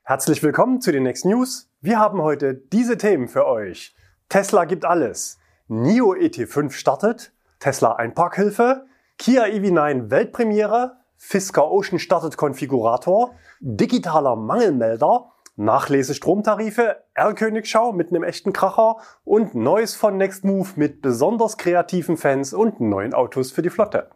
Herzlich willkommen zu den Next News. Wir haben heute diese Themen für euch. Tesla gibt alles. NIO ET5 startet. Tesla Einparkhilfe. Kia EV9 Weltpremiere. Fisker Ocean startet Konfigurator. Digitaler Mangelmelder. Nachlese-Stromtarife. R-Königschau mit einem echten Kracher. Und Neues von Nextmove mit besonders kreativen Fans und neuen Autos für die Flotte.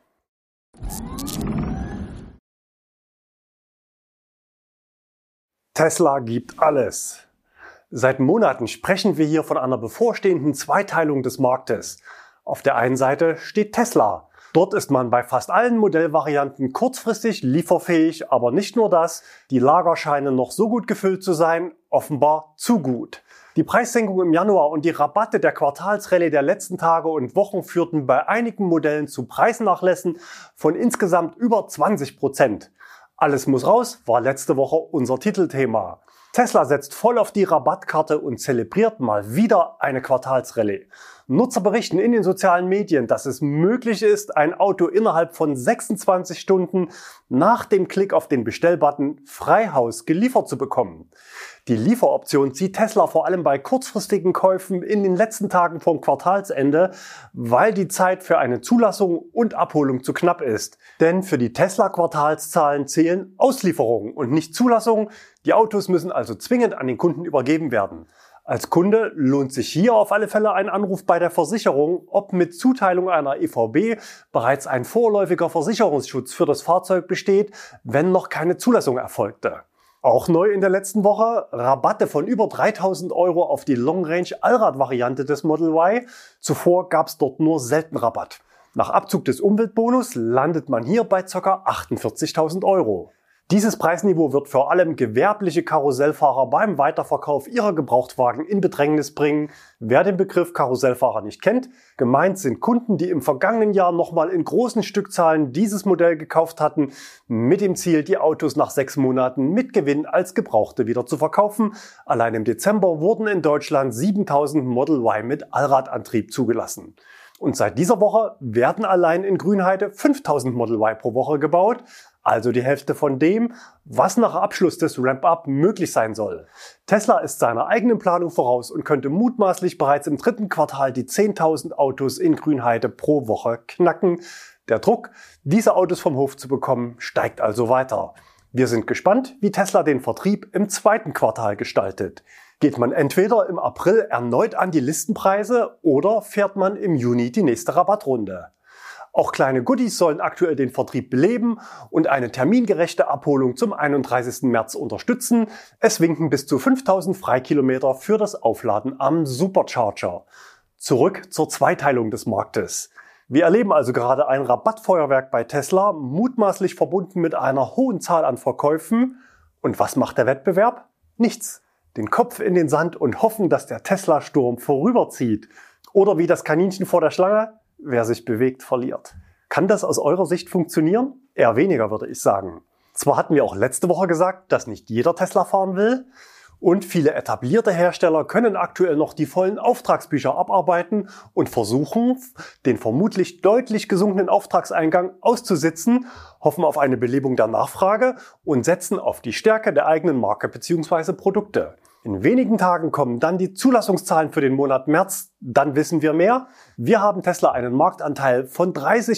Tesla gibt alles. Seit Monaten sprechen wir hier von einer bevorstehenden Zweiteilung des Marktes. Auf der einen Seite steht Tesla. Dort ist man bei fast allen Modellvarianten kurzfristig lieferfähig, aber nicht nur das, die Lager scheinen noch so gut gefüllt zu sein, offenbar zu gut. Die Preissenkung im Januar und die Rabatte der Quartalsrallye der letzten Tage und Wochen führten bei einigen Modellen zu Preisnachlässen von insgesamt über 20%. Alles muss raus, war letzte Woche unser Titelthema. Tesla setzt voll auf die Rabattkarte und zelebriert mal wieder eine Quartalsrallye. Nutzer berichten in den sozialen Medien, dass es möglich ist, ein Auto innerhalb von 26 Stunden nach dem Klick auf den Bestellbutton frei Haus geliefert zu bekommen. Die Lieferoption zieht Tesla vor allem bei kurzfristigen Käufen in den letzten Tagen vom Quartalsende, weil die Zeit für eine Zulassung und Abholung zu knapp ist. Denn für die Tesla-Quartalszahlen zählen Auslieferungen und nicht Zulassungen. Die Autos müssen also zwingend an den Kunden übergeben werden. Als Kunde lohnt sich hier auf alle Fälle ein Anruf bei der Versicherung, ob mit Zuteilung einer EVB bereits ein vorläufiger Versicherungsschutz für das Fahrzeug besteht, wenn noch keine Zulassung erfolgte. Auch neu in der letzten Woche Rabatte von über 3.000 € auf die Long-Range-Allrad-Variante des Model Y. Zuvor gab es dort nur selten Rabatt. Nach Abzug des Umweltbonus landet man hier bei ca. 48.000 €. Dieses Preisniveau wird vor allem gewerbliche Karussellfahrer beim Weiterverkauf ihrer Gebrauchtwagen in Bedrängnis bringen. Wer den Begriff Karussellfahrer nicht kennt, gemeint sind Kunden, die im vergangenen Jahr nochmal in großen Stückzahlen dieses Modell gekauft hatten, mit dem Ziel, die Autos nach 6 Monaten mit Gewinn als Gebrauchte wieder zu verkaufen. Allein im Dezember wurden in Deutschland 7.000 Model Y mit Allradantrieb zugelassen. Und seit dieser Woche werden allein in Grünheide 5.000 Model Y pro Woche gebaut. Also die Hälfte von dem, was nach Abschluss des Ramp-Up möglich sein soll. Tesla ist seiner eigenen Planung voraus und könnte mutmaßlich bereits im 3. Quartal die 10.000 Autos in Grünheide pro Woche knacken. Der Druck, diese Autos vom Hof zu bekommen, steigt also weiter. Wir sind gespannt, wie Tesla den Vertrieb im 2. Quartal gestaltet. Geht man entweder im April erneut an die Listenpreise oder fährt man im Juni die nächste Rabattrunde? Auch kleine Goodies sollen aktuell den Vertrieb beleben und eine termingerechte Abholung zum 31. März unterstützen. Es winken bis zu 5.000 Freikilometer für das Aufladen am Supercharger. Zurück zur Zweiteilung des Marktes. Wir erleben also gerade ein Rabattfeuerwerk bei Tesla, mutmaßlich verbunden mit einer hohen Zahl an Verkäufen. Und was macht der Wettbewerb? Nichts. Den Kopf in den Sand und hoffen, dass der Tesla-Sturm vorüberzieht. Oder wie das Kaninchen vor der Schlange: Wer sich bewegt, verliert. Kann das aus eurer Sicht funktionieren? Eher weniger, würde ich sagen. Zwar hatten wir auch letzte Woche gesagt, dass nicht jeder Tesla fahren will. Und viele etablierte Hersteller können aktuell noch die vollen Auftragsbücher abarbeiten und versuchen, den vermutlich deutlich gesunkenen Auftragseingang auszusitzen, hoffen auf eine Belebung der Nachfrage und setzen auf die Stärke der eigenen Marke bzw. Produkte. In wenigen Tagen kommen dann die Zulassungszahlen für den Monat März, dann wissen wir mehr. Wir haben Tesla einen Marktanteil von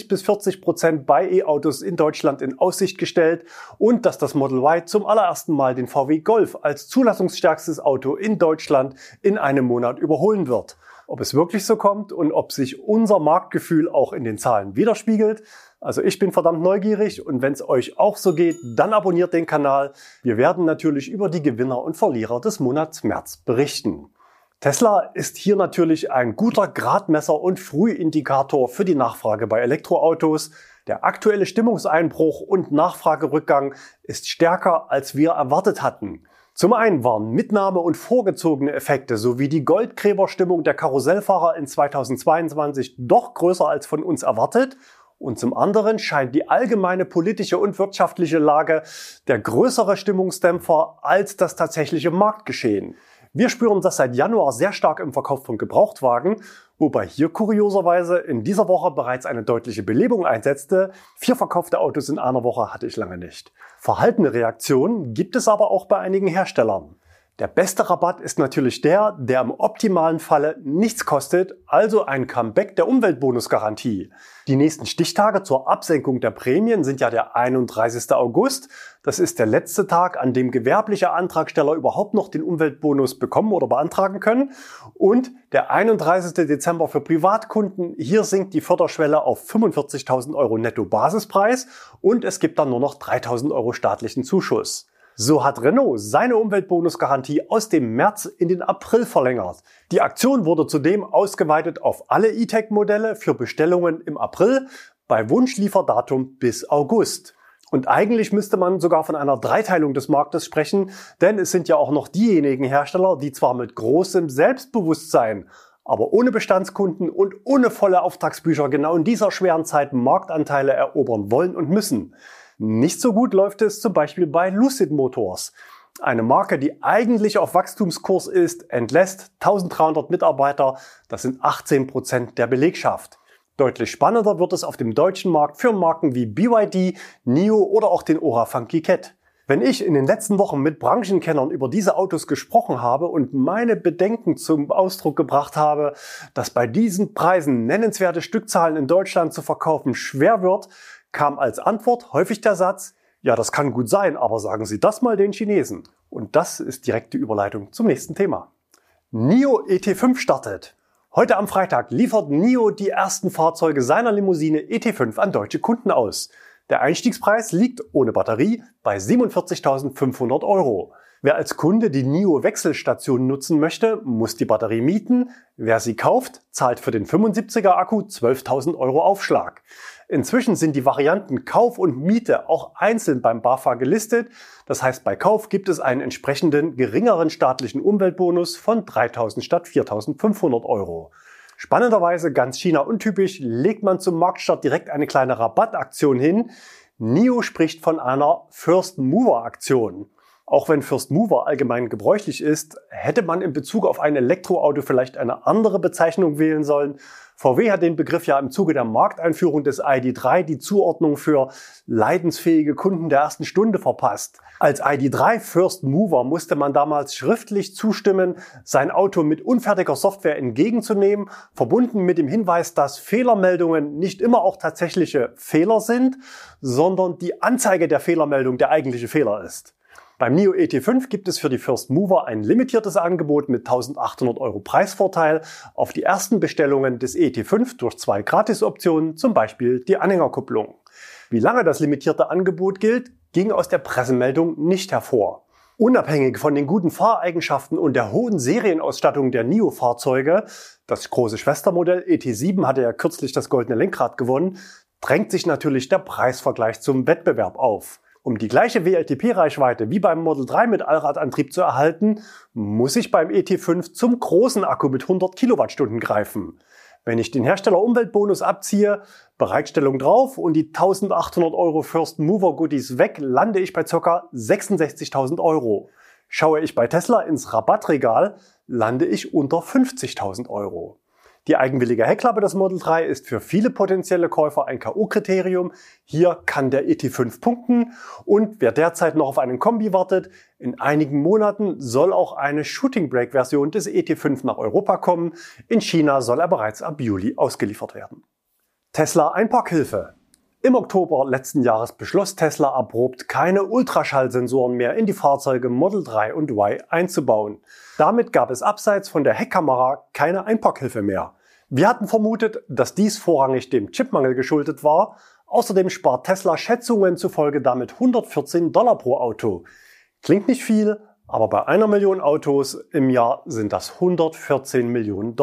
30-40% bei E-Autos in Deutschland in Aussicht gestellt und dass das Model Y zum allerersten Mal den VW Golf als zulassungsstärkstes Auto in Deutschland in einem Monat überholen wird. Ob es wirklich so kommt und ob sich unser Marktgefühl auch in den Zahlen widerspiegelt. Also ich bin verdammt neugierig und wenn es euch auch so geht, dann abonniert den Kanal. Wir werden natürlich über die Gewinner und Verlierer des Monats März berichten. Tesla ist hier natürlich ein guter Gradmesser und Frühindikator für die Nachfrage bei Elektroautos. Der aktuelle Stimmungseinbruch und Nachfragerückgang ist stärker, als wir erwartet hatten. Zum einen waren Mitnahme- und vorgezogene Effekte sowie die Goldgräberstimmung der Karussellfahrer in 2022 doch größer als von uns erwartet. Und zum anderen scheint die allgemeine politische und wirtschaftliche Lage der größere Stimmungsdämpfer als das tatsächliche Marktgeschehen. Wir spüren das seit Januar sehr stark im Verkauf von Gebrauchtwagen Wobei hier kurioserweise in dieser Woche bereits eine deutliche Belebung einsetzte. 4 verkaufte Autos in einer Woche hatte ich lange nicht. Verhaltene Reaktionen gibt es aber auch bei einigen Herstellern. Der beste Rabatt ist natürlich der im optimalen Falle nichts kostet, also ein Comeback der Umweltbonusgarantie. Die nächsten Stichtage zur Absenkung der Prämien sind ja der 31. August. Das ist der letzte Tag, an dem gewerbliche Antragsteller überhaupt noch den Umweltbonus bekommen oder beantragen können. Und der 31. Dezember für Privatkunden. Hier sinkt die Förderschwelle auf 45.000 Euro Netto-Basispreis und es gibt dann nur noch 3.000 Euro staatlichen Zuschuss. So hat Renault seine Umweltbonusgarantie aus dem März in den April verlängert. Die Aktion wurde zudem ausgeweitet auf alle E-Tech-Modelle für Bestellungen im April bei Wunschlieferdatum bis August. Und eigentlich müsste man sogar von einer Dreiteilung des Marktes sprechen, denn es sind ja auch noch diejenigen Hersteller, die zwar mit großem Selbstbewusstsein, aber ohne Bestandskunden und ohne volle Auftragsbücher genau in dieser schweren Zeit Marktanteile erobern wollen und müssen. Nicht so gut läuft es zum Beispiel bei Lucid Motors. Eine Marke, die eigentlich auf Wachstumskurs ist, entlässt 1300 Mitarbeiter. Das sind 18% der Belegschaft. Deutlich spannender wird es auf dem deutschen Markt für Marken wie BYD, NIO oder auch den Ora Funky Cat. Wenn ich in den letzten Wochen mit Branchenkennern über diese Autos gesprochen habe und meine Bedenken zum Ausdruck gebracht habe, dass bei diesen Preisen nennenswerte Stückzahlen in Deutschland zu verkaufen schwer wird, kam als Antwort häufig der Satz, ja, das kann gut sein, aber sagen Sie das mal den Chinesen. Und das ist direkt die Überleitung zum nächsten Thema. NIO ET5 startet. Heute am Freitag liefert NIO die ersten Fahrzeuge seiner Limousine ET5 an deutsche Kunden aus. Der Einstiegspreis liegt ohne Batterie bei 47.500 Euro. Wer als Kunde die NIO Wechselstation nutzen möchte, muss die Batterie mieten. Wer sie kauft, zahlt für den 75er Akku 12.000 Euro Aufschlag. Inzwischen sind die Varianten Kauf und Miete auch einzeln beim BAFA gelistet. Das heißt, bei Kauf gibt es einen entsprechenden geringeren staatlichen Umweltbonus von 3.000 statt 4.500 Euro. Spannenderweise, ganz China untypisch, legt man zum Marktstart direkt eine kleine Rabattaktion hin. NIO spricht von einer First Mover Aktion. Auch wenn First Mover allgemein gebräuchlich ist, hätte man in Bezug auf ein Elektroauto vielleicht eine andere Bezeichnung wählen sollen. VW hat den Begriff ja im Zuge der Markteinführung des ID.3 die Zuordnung für leidensfähige Kunden der ersten Stunde verpasst. Als ID.3 First Mover musste man damals schriftlich zustimmen, sein Auto mit unfertiger Software entgegenzunehmen, verbunden mit dem Hinweis, dass Fehlermeldungen nicht immer auch tatsächliche Fehler sind, sondern die Anzeige der Fehlermeldung der eigentliche Fehler ist. Beim NIO ET5 gibt es für die First Mover ein limitiertes Angebot mit 1.800 Euro Preisvorteil auf die ersten Bestellungen des ET5 durch 2 Gratisoptionen, zum Beispiel die Anhängerkupplung. Wie lange das limitierte Angebot gilt, ging aus der Pressemeldung nicht hervor. Unabhängig von den guten Fahreigenschaften und der hohen Serienausstattung der NIO-Fahrzeuge, das große Schwestermodell ET7 hatte ja kürzlich das goldene Lenkrad gewonnen, drängt sich natürlich der Preisvergleich zum Wettbewerb auf. Um die gleiche WLTP-Reichweite wie beim Model 3 mit Allradantrieb zu erhalten, muss ich beim ET5 zum großen Akku mit 100 Kilowattstunden greifen. Wenn ich den Hersteller-Umweltbonus abziehe, Bereitstellung drauf und die 1.800 Euro First Mover Goodies weg, lande ich bei ca. 66.000 Euro. Schaue ich bei Tesla ins Rabattregal, lande ich unter 50.000 Euro. Die eigenwillige Heckklappe des Model 3 ist für viele potenzielle Käufer ein K.O.-Kriterium. Hier kann der ET5 punkten und wer derzeit noch auf einen Kombi wartet, in einigen Monaten soll auch eine Shooting Brake Version des ET5 nach Europa kommen. In China soll er bereits ab Juli ausgeliefert werden. Tesla Einparkhilfe. Im Oktober letzten Jahres beschloss Tesla abrupt, keine Ultraschallsensoren mehr in die Fahrzeuge Model 3 und Y einzubauen. Damit gab es abseits von der Heckkamera keine Einparkhilfe mehr. Wir hatten vermutet, dass dies vorrangig dem Chipmangel geschuldet war. Außerdem spart Tesla Schätzungen zufolge damit $114 pro Auto. Klingt nicht viel, aber bei 1 Million Autos im Jahr sind das $114 Millionen.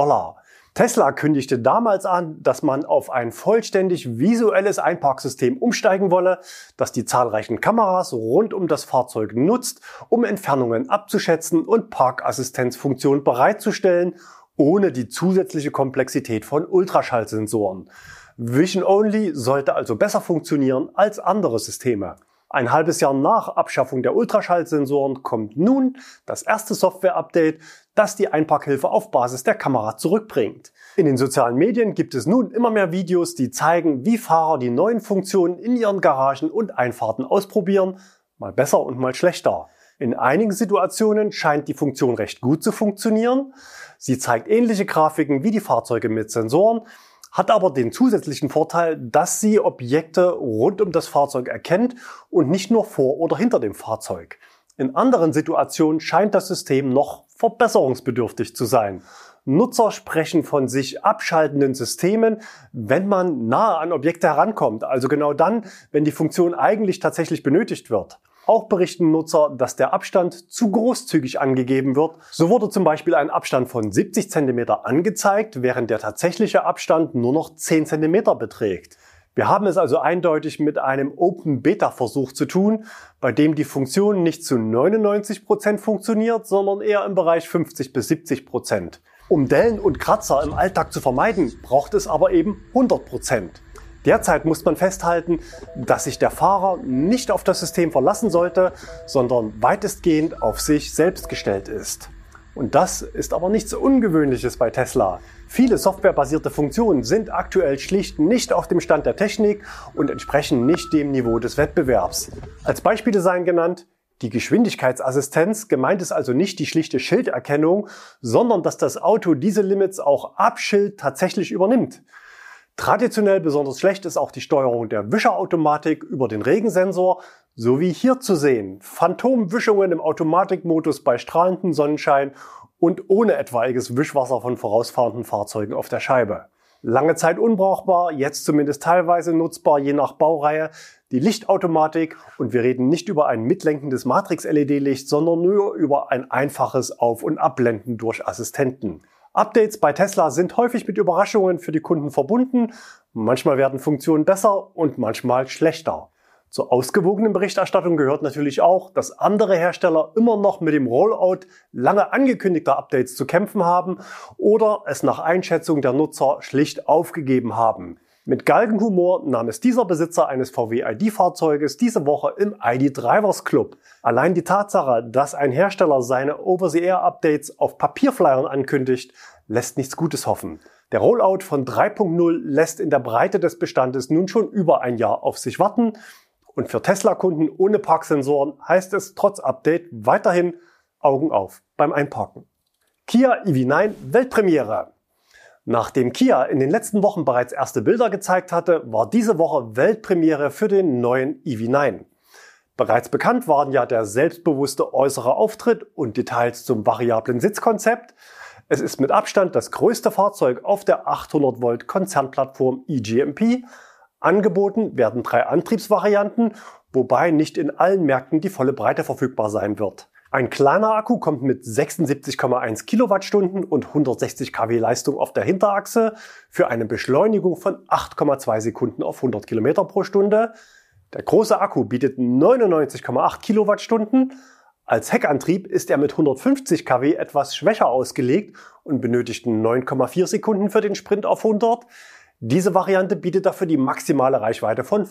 Tesla kündigte damals an, dass man auf ein vollständig visuelles Einparksystem umsteigen wolle, das die zahlreichen Kameras rund um das Fahrzeug nutzt, um Entfernungen abzuschätzen und Parkassistenzfunktionen bereitzustellen, ohne die zusätzliche Komplexität von Ultraschallsensoren. Vision Only sollte also besser funktionieren als andere Systeme. Ein halbes Jahr nach Abschaffung der Ultraschallsensoren kommt nun das erste Software-Update, das die Einparkhilfe auf Basis der Kamera zurückbringt. In den sozialen Medien gibt es nun immer mehr Videos, die zeigen, wie Fahrer die neuen Funktionen in ihren Garagen und Einfahrten ausprobieren, mal besser und mal schlechter. In einigen Situationen scheint die Funktion recht gut zu funktionieren. Sie zeigt ähnliche Grafiken wie die Fahrzeuge mit Sensoren, hat aber den zusätzlichen Vorteil, dass sie Objekte rund um das Fahrzeug erkennt und nicht nur vor oder hinter dem Fahrzeug. In anderen Situationen scheint das System noch verbesserungsbedürftig zu sein. Nutzer sprechen von sich abschaltenden Systemen, wenn man nahe an Objekte herankommt, also genau dann, wenn die Funktion eigentlich tatsächlich benötigt wird. Auch berichten Nutzer, dass der Abstand zu großzügig angegeben wird. So wurde zum Beispiel ein Abstand von 70 cm angezeigt, während der tatsächliche Abstand nur noch 10 cm beträgt. Wir haben es also eindeutig mit einem Open-Beta-Versuch zu tun, bei dem die Funktion nicht zu 99% funktioniert, sondern eher im Bereich 50 bis 70%. Um Dellen und Kratzer im Alltag zu vermeiden, braucht es aber eben 100%. Derzeit muss man festhalten, dass sich der Fahrer nicht auf das System verlassen sollte, sondern weitestgehend auf sich selbst gestellt ist. Und das ist aber nichts Ungewöhnliches bei Tesla. Viele softwarebasierte Funktionen sind aktuell schlicht nicht auf dem Stand der Technik und entsprechen nicht dem Niveau des Wettbewerbs. Als Beispiele seien genannt: die Geschwindigkeitsassistenz, gemeint ist also nicht die schlichte Schilderkennung, sondern dass das Auto diese Limits auch ab Schild tatsächlich übernimmt. Traditionell besonders schlecht ist auch die Steuerung der Wischerautomatik über den Regensensor, sowie hier zu sehen Phantomwischungen im Automatikmodus bei strahlendem Sonnenschein und ohne etwaiges Wischwasser von vorausfahrenden Fahrzeugen auf der Scheibe. Lange Zeit unbrauchbar, jetzt zumindest teilweise nutzbar, je nach Baureihe, die Lichtautomatik, und wir reden nicht über ein mitlenkendes Matrix-LED-Licht, sondern nur über ein einfaches Auf- und Abblenden durch Assistenten. Updates bei Tesla sind häufig mit Überraschungen für die Kunden verbunden. Manchmal werden Funktionen besser und manchmal schlechter. Zur ausgewogenen Berichterstattung gehört natürlich auch, dass andere Hersteller immer noch mit dem Rollout lange angekündigter Updates zu kämpfen haben oder es nach Einschätzung der Nutzer schlicht aufgegeben haben. Mit Galgenhumor nahm es dieser Besitzer eines VW ID-Fahrzeuges diese Woche im ID Drivers Club. Allein die Tatsache, dass ein Hersteller seine Over-the-Air-Updates auf Papierflyern ankündigt, lässt nichts Gutes hoffen. Der Rollout von 3.0 lässt in der Breite des Bestandes nun schon über ein Jahr auf sich warten. Und für Tesla-Kunden ohne Parksensoren heißt es trotz Update weiterhin Augen auf beim Einparken. Kia EV9 Weltpremiere. Nachdem Kia in den letzten Wochen bereits erste Bilder gezeigt hatte, war diese Woche Weltpremiere für den neuen EV9. Bereits bekannt waren ja der selbstbewusste äußere Auftritt und Details zum variablen Sitzkonzept. Es ist mit Abstand das größte Fahrzeug auf der 800 Volt Konzernplattform eGMP. Angeboten werden 3 Antriebsvarianten, wobei nicht in allen Märkten die volle Breite verfügbar sein wird. Ein kleiner Akku kommt mit 76,1 Kilowattstunden und 160 kW Leistung auf der Hinterachse für eine Beschleunigung von 8,2 Sekunden auf 100 Kilometer pro Stunde. Der große Akku bietet 99,8 Kilowattstunden. Als Heckantrieb ist er mit 150 kW etwas schwächer ausgelegt und benötigt 9,4 Sekunden für den Sprint auf 100. Diese Variante bietet dafür die maximale Reichweite von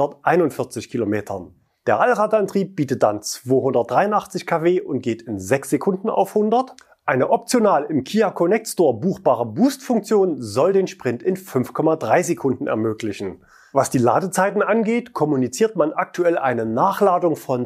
541 Kilometern. Der Allradantrieb bietet dann 283 kW und geht in 6 Sekunden auf 100. Eine optional im Kia Connect Store buchbare Boost-Funktion soll den Sprint in 5,3 Sekunden ermöglichen. Was die Ladezeiten angeht, kommuniziert man aktuell eine Nachladung von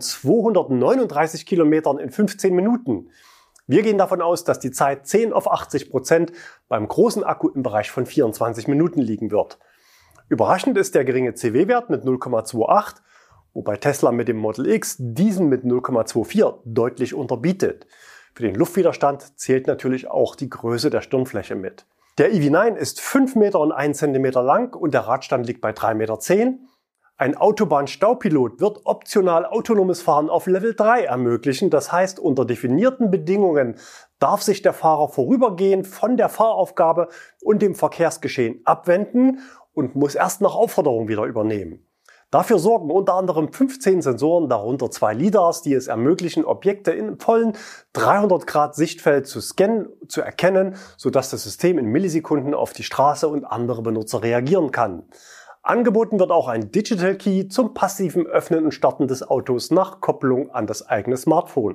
239 Kilometern in 15 Minuten. Wir gehen davon aus, dass die Zeit 10 auf 80% beim großen Akku im Bereich von 24 Minuten liegen wird. Überraschend ist der geringe CW-Wert mit 0,28, wobei Tesla mit dem Model X diesen mit 0,24 deutlich unterbietet. Für den Luftwiderstand zählt natürlich auch die Größe der Stirnfläche mit. Der EV9 ist 5 Meter und 1 Zentimeter lang und der Radstand liegt bei 3,10 Meter. Ein Autobahn-Staupilot wird optional autonomes Fahren auf Level 3 ermöglichen. Das heißt, unter definierten Bedingungen darf sich der Fahrer vorübergehend von der Fahraufgabe und dem Verkehrsgeschehen abwenden und muss erst nach Aufforderung wieder übernehmen. Dafür sorgen unter anderem 15 Sensoren, darunter 2 LiDARs, die es ermöglichen, Objekte in vollen 300 Grad Sichtfeld zu scannen, zu erkennen, sodass das System in Millisekunden auf die Straße und andere Benutzer reagieren kann. Angeboten wird auch ein Digital Key zum passiven Öffnen und Starten des Autos nach Kopplung an das eigene Smartphone.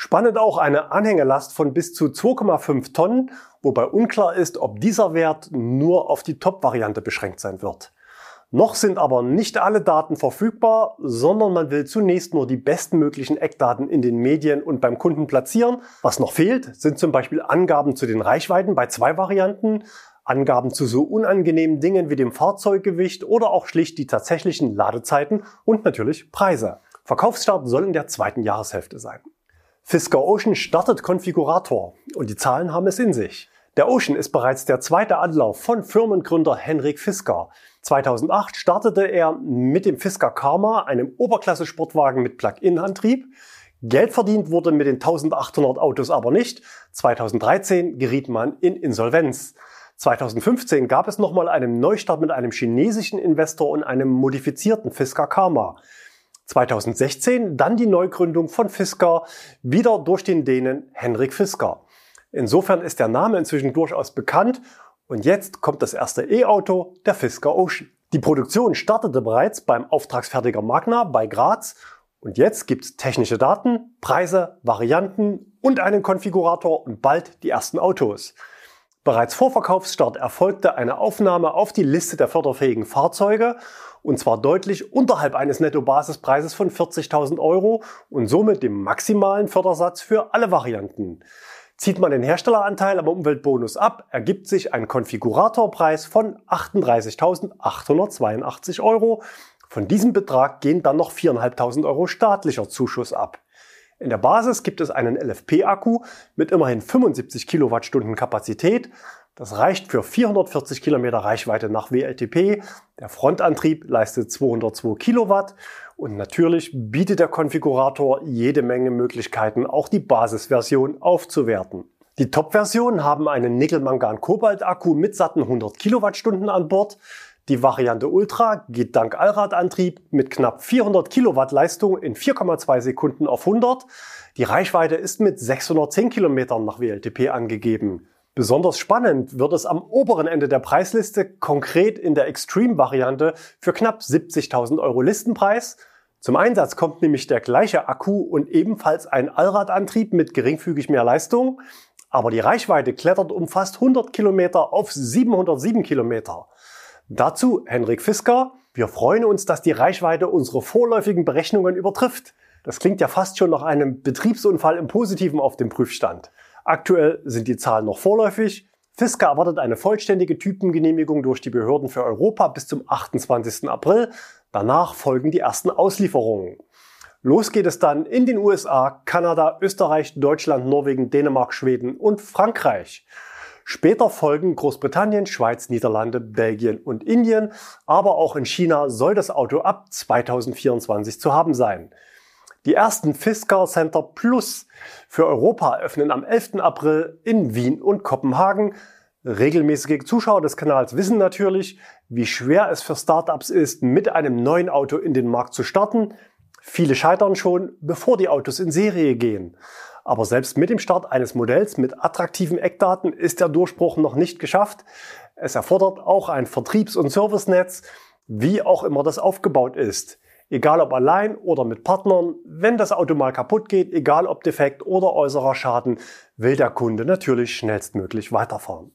Spannend auch eine Anhängelast von bis zu 2,5 Tonnen, wobei unklar ist, ob dieser Wert nur auf die Top-Variante beschränkt sein wird. Noch sind aber nicht alle Daten verfügbar, sondern man will zunächst nur die bestmöglichen Eckdaten in den Medien und beim Kunden platzieren. Was noch fehlt, sind zum Beispiel Angaben zu den Reichweiten bei 2 Varianten, Angaben zu so unangenehmen Dingen wie dem Fahrzeuggewicht oder auch schlicht die tatsächlichen Ladezeiten und natürlich Preise. Verkaufsstart soll in der 2. Jahreshälfte sein. Fisker Ocean startet Konfigurator und die Zahlen haben es in sich. Der Ocean ist bereits der 2. Anlauf von Firmengründer Henrik Fisker. 2008 startete er mit dem Fisker Karma, einem Oberklasse-Sportwagen mit Plug-in-Antrieb. Geld verdient wurde mit den 1800 Autos aber nicht. 2013 geriet man in Insolvenz. 2015 gab es nochmal einen Neustart mit einem chinesischen Investor und einem modifizierten Fisker Karma. 2016 dann die Neugründung von Fisker, wieder durch den Dänen Henrik Fisker. Insofern ist der Name inzwischen durchaus bekannt und jetzt kommt das erste E-Auto, der Fisker Ocean. Die Produktion startete bereits beim Auftragsfertiger Magna bei Graz und jetzt gibt's technische Daten, Preise, Varianten und einen Konfigurator und bald die ersten Autos. Bereits vor Verkaufsstart erfolgte eine Aufnahme auf die Liste der förderfähigen Fahrzeuge und zwar deutlich unterhalb eines Nettobasispreises von 40.000 € und somit dem maximalen Fördersatz für alle Varianten. Zieht man den Herstelleranteil am Umweltbonus ab, ergibt sich ein Konfiguratorpreis von 38.882 €. Von diesem Betrag gehen dann noch 4.500 € staatlicher Zuschuss ab. In der Basis gibt es einen LFP-Akku mit immerhin 75 Kilowattstunden Kapazität. Das reicht für 440 Kilometer Reichweite nach WLTP. Der Frontantrieb leistet 202 Kilowatt. Und natürlich bietet der Konfigurator jede Menge Möglichkeiten, auch die Basisversion aufzuwerten. Die Top-Versionen haben einen Nickel-Mangan-Kobalt-Akku mit satten 100 Kilowattstunden an Bord. Die Variante Ultra geht dank Allradantrieb mit knapp 400 Kilowatt Leistung in 4,2 Sekunden auf 100. Die Reichweite ist mit 610 Kilometern nach WLTP angegeben. Besonders spannend wird es am oberen Ende der Preisliste, konkret in der Extreme-Variante für knapp 70.000 € Listenpreis. Zum Einsatz kommt nämlich der gleiche Akku und ebenfalls ein Allradantrieb mit geringfügig mehr Leistung. Aber die Reichweite klettert um fast 100 Kilometer auf 707 Kilometer. Dazu Henrik Fisker: Wir freuen uns, dass die Reichweite unsere vorläufigen Berechnungen übertrifft. Das klingt ja fast schon nach einem Betriebsunfall im Positiven auf dem Prüfstand. Aktuell sind die Zahlen noch vorläufig. Fisker erwartet eine vollständige Typengenehmigung durch die Behörden für Europa bis zum 28. April. Danach folgen die ersten Auslieferungen. Los geht es dann in den USA, Kanada, Österreich, Deutschland, Norwegen, Dänemark, Schweden und Frankreich. Später folgen Großbritannien, Schweiz, Niederlande, Belgien und Indien. Aber auch in China soll das Auto ab 2024 zu haben sein. Die ersten Fisker Center Plus für Europa öffnen am 11. April in Wien und Kopenhagen. Regelmäßige Zuschauer des Kanals wissen natürlich, wie schwer es für Startups ist, mit einem neuen Auto in den Markt zu starten. Viele scheitern schon, bevor die Autos in Serie gehen. Aber selbst mit dem Start eines Modells mit attraktiven Eckdaten ist der Durchbruch noch nicht geschafft. Es erfordert auch ein Vertriebs- und Servicenetz, wie auch immer das aufgebaut ist. Egal ob allein oder mit Partnern, wenn das Auto mal kaputt geht, egal ob defekt oder äußerer Schaden, will der Kunde natürlich schnellstmöglich weiterfahren.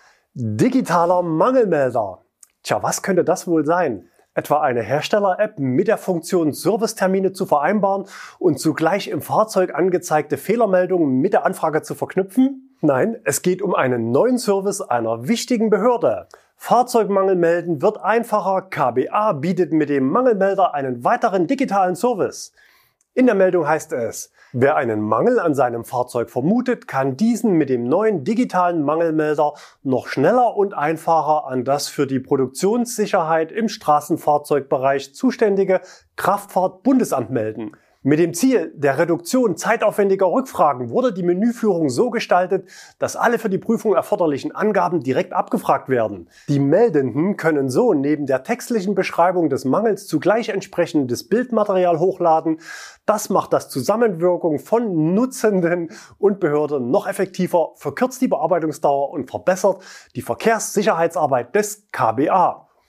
Digitaler Mangelmelder. Tja, was könnte das wohl sein? Etwa eine Hersteller-App mit der Funktion, Servicetermine zu vereinbaren und zugleich im Fahrzeug angezeigte Fehlermeldungen mit der Anfrage zu verknüpfen? Nein, es geht um einen neuen Service einer wichtigen Behörde. Fahrzeugmangel melden wird einfacher. KBA bietet mit dem Mangelmelder einen weiteren digitalen Service. In der Meldung heißt es: Wer einen Mangel an seinem Fahrzeug vermutet, kann diesen mit dem neuen digitalen Mangelmelder noch schneller und einfacher an das für die Produktionssicherheit im Straßenfahrzeugbereich zuständige Kraftfahrtbundesamt melden. Mit dem Ziel der Reduktion zeitaufwendiger Rückfragen wurde die Menüführung so gestaltet, dass alle für die Prüfung erforderlichen Angaben direkt abgefragt werden. Die Meldenden können so neben der textlichen Beschreibung des Mangels zugleich entsprechendes Bildmaterial hochladen. Das macht das Zusammenwirken von Nutzenden und Behörde noch effektiver, verkürzt die Bearbeitungsdauer und verbessert die Verkehrssicherheitsarbeit des KBA.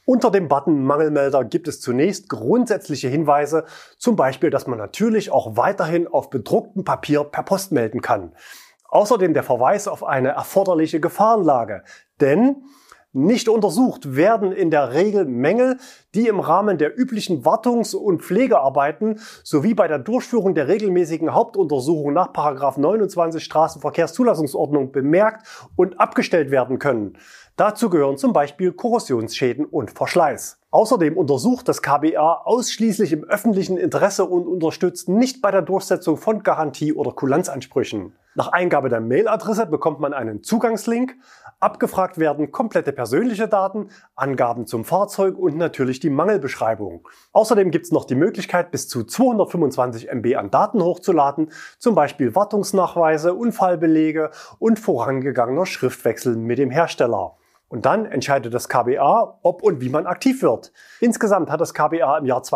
Unter dem Button Mangelmelder gibt es zunächst grundsätzliche Hinweise, zum Beispiel, dass man natürlich auch weiterhin auf bedrucktem Papier per Post melden kann. Außerdem der Verweis auf eine erforderliche Gefahrenlage, denn nicht untersucht werden in der Regel Mängel, die im Rahmen der üblichen Wartungs- und Pflegearbeiten sowie bei der Durchführung der regelmäßigen Hauptuntersuchung nach § 29 Straßenverkehrszulassungsordnung bemerkt und abgestellt werden können. Dazu gehören zum Beispiel Korrosionsschäden und Verschleiß. Außerdem untersucht das KBA ausschließlich im öffentlichen Interesse und unterstützt nicht bei der Durchsetzung von Garantie- oder Kulanzansprüchen. Nach Eingabe der Mailadresse bekommt man einen Zugangslink. Abgefragt werden komplette persönliche Daten, Angaben zum Fahrzeug und natürlich die Mangelbeschreibung. Außerdem gibt es noch die Möglichkeit, bis zu 225 MB an Daten hochzuladen, zum Beispiel Wartungsnachweise, Unfallbelege und vorangegangener Schriftwechsel mit dem Hersteller. Und dann entscheidet das KBA, ob und wie man aktiv wird. Insgesamt hat das KBA im Jahr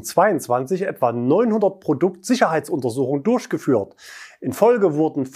2022 etwa 900 Produktsicherheitsuntersuchungen durchgeführt. In Folge wurden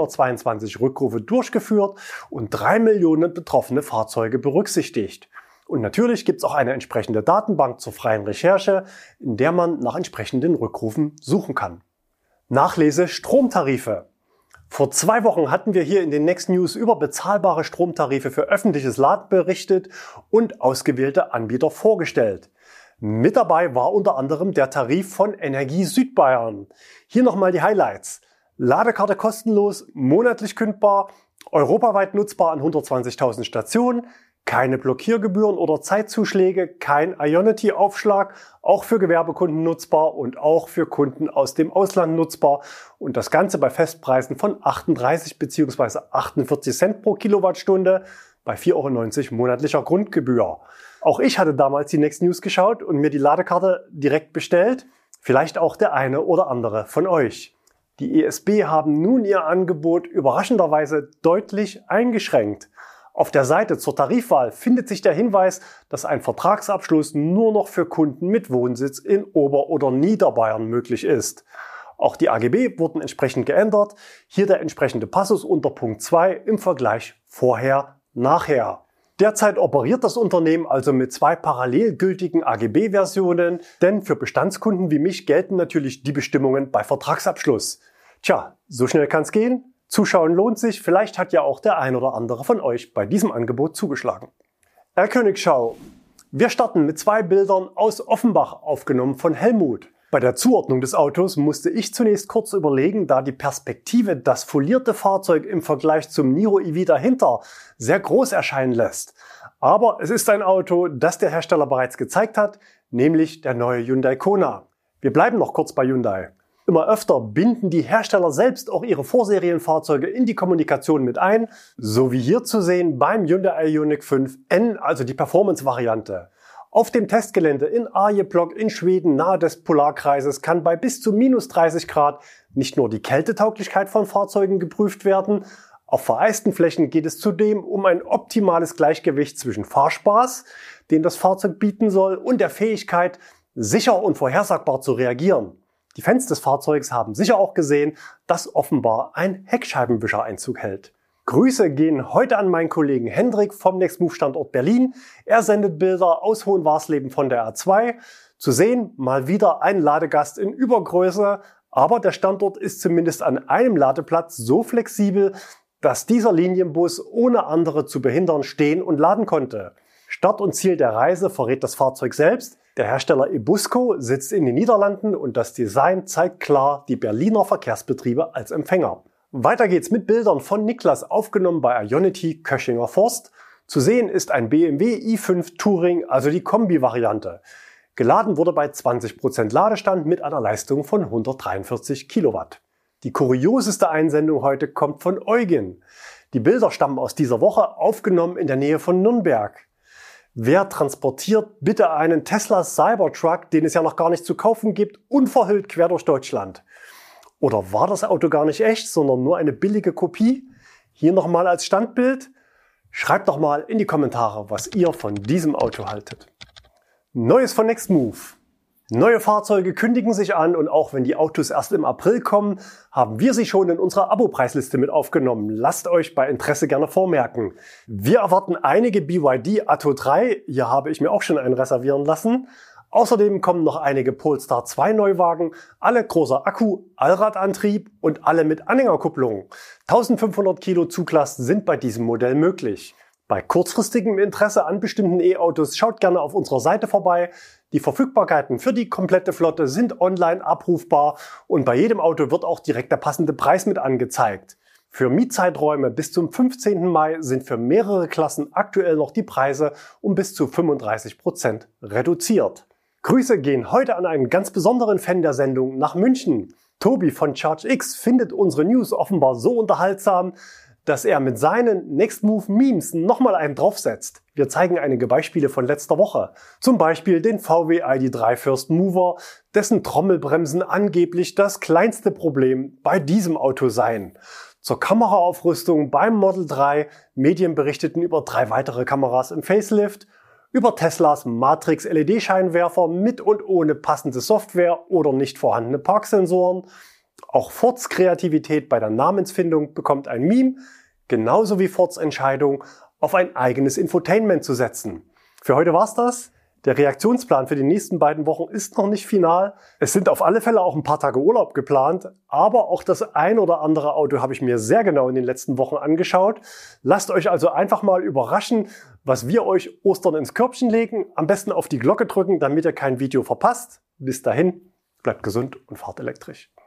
522 Rückrufe durchgeführt und 3 Millionen betroffene Fahrzeuge berücksichtigt. Und natürlich gibt es auch eine entsprechende Datenbank zur freien Recherche, in der man nach entsprechenden Rückrufen suchen kann. Nachlese Stromtarife. Vor 2 Wochen hatten wir hier in den Next News über bezahlbare Stromtarife für öffentliches Laden berichtet und ausgewählte Anbieter vorgestellt. Mit dabei war unter anderem der Tarif von Energie Südbayern. Hier nochmal die Highlights. Ladekarte kostenlos, monatlich kündbar, europaweit nutzbar an 120.000 Stationen, keine Blockiergebühren oder Zeitzuschläge, kein Ionity-Aufschlag, auch für Gewerbekunden nutzbar und auch für Kunden aus dem Ausland nutzbar und das Ganze bei Festpreisen von 38 bzw. 48 Cent pro Kilowattstunde bei 4,90 € monatlicher Grundgebühr. Auch ich hatte damals die Next News geschaut und mir die Ladekarte direkt bestellt, vielleicht auch der eine oder andere von euch. Die ESB haben nun ihr Angebot überraschenderweise deutlich eingeschränkt. Auf der Seite zur Tarifwahl findet sich der Hinweis, dass ein Vertragsabschluss nur noch für Kunden mit Wohnsitz in Ober- oder Niederbayern möglich ist. Auch die AGB wurden entsprechend geändert. Hier der entsprechende Passus unter Punkt 2 im Vergleich vorher-nachher. Derzeit operiert das Unternehmen also mit 2 parallel gültigen AGB-Versionen, denn für Bestandskunden wie mich gelten natürlich die Bestimmungen bei Vertragsabschluss. Tja, so schnell kann's gehen. Zuschauen lohnt sich, vielleicht hat ja auch der ein oder andere von euch bei diesem Angebot zugeschlagen. Erlkönigschau. Wir starten mit 2 Bildern aus Offenbach, aufgenommen von Helmut. Bei der Zuordnung des Autos musste ich zunächst kurz überlegen, da die Perspektive das folierte Fahrzeug im Vergleich zum Niro EV dahinter sehr groß erscheinen lässt. Aber es ist ein Auto, das der Hersteller bereits gezeigt hat, nämlich der neue Hyundai Kona. Wir bleiben noch kurz bei Hyundai. Immer öfter binden die Hersteller selbst auch ihre Vorserienfahrzeuge in die Kommunikation mit ein, so wie hier zu sehen beim Hyundai Ioniq 5 N, also die Performance-Variante. Auf dem Testgelände in Arjeplog in Schweden nahe des Polarkreises kann bei bis zu minus 30 Grad nicht nur die Kältetauglichkeit von Fahrzeugen geprüft werden, auf vereisten Flächen geht es zudem um ein optimales Gleichgewicht zwischen Fahrspaß, den das Fahrzeug bieten soll, und der Fähigkeit, sicher und vorhersagbar zu reagieren. Die Fans des Fahrzeugs haben sicher auch gesehen, dass offenbar ein Heckscheibenwischer Einzug hält. Grüße gehen heute an meinen Kollegen Hendrik vom Next Move Standort Berlin. Er sendet Bilder aus Hohenwarsleben von der A2. Zu sehen, mal wieder ein Ladegast in Übergröße, aber der Standort ist zumindest an einem Ladeplatz so flexibel, dass dieser Linienbus ohne andere zu behindern stehen und laden konnte. Start und Ziel der Reise verrät das Fahrzeug selbst. Der Hersteller Ebusco sitzt in den Niederlanden und das Design zeigt klar die Berliner Verkehrsbetriebe als Empfänger. Weiter geht's mit Bildern von Niklas, aufgenommen bei Ionity Köchinger Forst. Zu sehen ist ein BMW i5 Touring, also die Kombi-Variante. Geladen wurde bei 20% Ladestand mit einer Leistung von 143 Kilowatt. Die kurioseste Einsendung heute kommt von Eugen. Die Bilder stammen aus dieser Woche, aufgenommen in der Nähe von Nürnberg. Wer transportiert bitte einen Tesla Cybertruck, den es ja noch gar nicht zu kaufen gibt, unverhüllt quer durch Deutschland? Oder war das Auto gar nicht echt, sondern nur eine billige Kopie? Hier nochmal als Standbild. Schreibt doch mal in die Kommentare, was ihr von diesem Auto haltet. Neues von Next Move. Neue Fahrzeuge kündigen sich an und auch wenn die Autos erst im April kommen, haben wir sie schon in unserer Abo-Preisliste mit aufgenommen. Lasst euch bei Interesse gerne vormerken. Wir erwarten einige BYD Atto 3, hier habe ich mir auch schon einen reservieren lassen. Außerdem kommen noch einige Polestar 2 Neuwagen, alle großer Akku, Allradantrieb und alle mit Anhängerkupplung. 1500 Kilo Zuglast sind bei diesem Modell möglich. Bei kurzfristigem Interesse an bestimmten E-Autos schaut gerne auf unserer Seite vorbei. Die Verfügbarkeiten für die komplette Flotte sind online abrufbar und bei jedem Auto wird auch direkt der passende Preis mit angezeigt. Für Mietzeiträume bis zum 15. Mai sind für mehrere Klassen aktuell noch die Preise um bis zu 35% reduziert. Grüße gehen heute an einen ganz besonderen Fan der Sendung nach München. Tobi von ChargeX findet unsere News offenbar so unterhaltsam, dass er mit seinen Next Move Memes nochmal einen draufsetzt. Wir zeigen einige Beispiele von letzter Woche. Zum Beispiel den VW ID.3 First Mover, dessen Trommelbremsen angeblich das kleinste Problem bei diesem Auto seien. Zur Kameraaufrüstung beim Model 3, Medien berichteten über 3 weitere Kameras im Facelift, über Teslas Matrix LED-Scheinwerfer mit und ohne passende Software oder nicht vorhandene Parksensoren. Auch Fords Kreativität bei der Namensfindung bekommt ein Meme, genauso wie Fords Entscheidung, auf ein eigenes Infotainment zu setzen. Für heute war's das. Der Reaktionsplan für die nächsten beiden Wochen ist noch nicht final. Es sind auf alle Fälle auch ein paar Tage Urlaub geplant, aber auch das ein oder andere Auto habe ich mir sehr genau in den letzten Wochen angeschaut. Lasst euch also einfach mal überraschen, was wir euch Ostern ins Körbchen legen. Am besten auf die Glocke drücken, damit ihr kein Video verpasst. Bis dahin, bleibt gesund und fahrt elektrisch.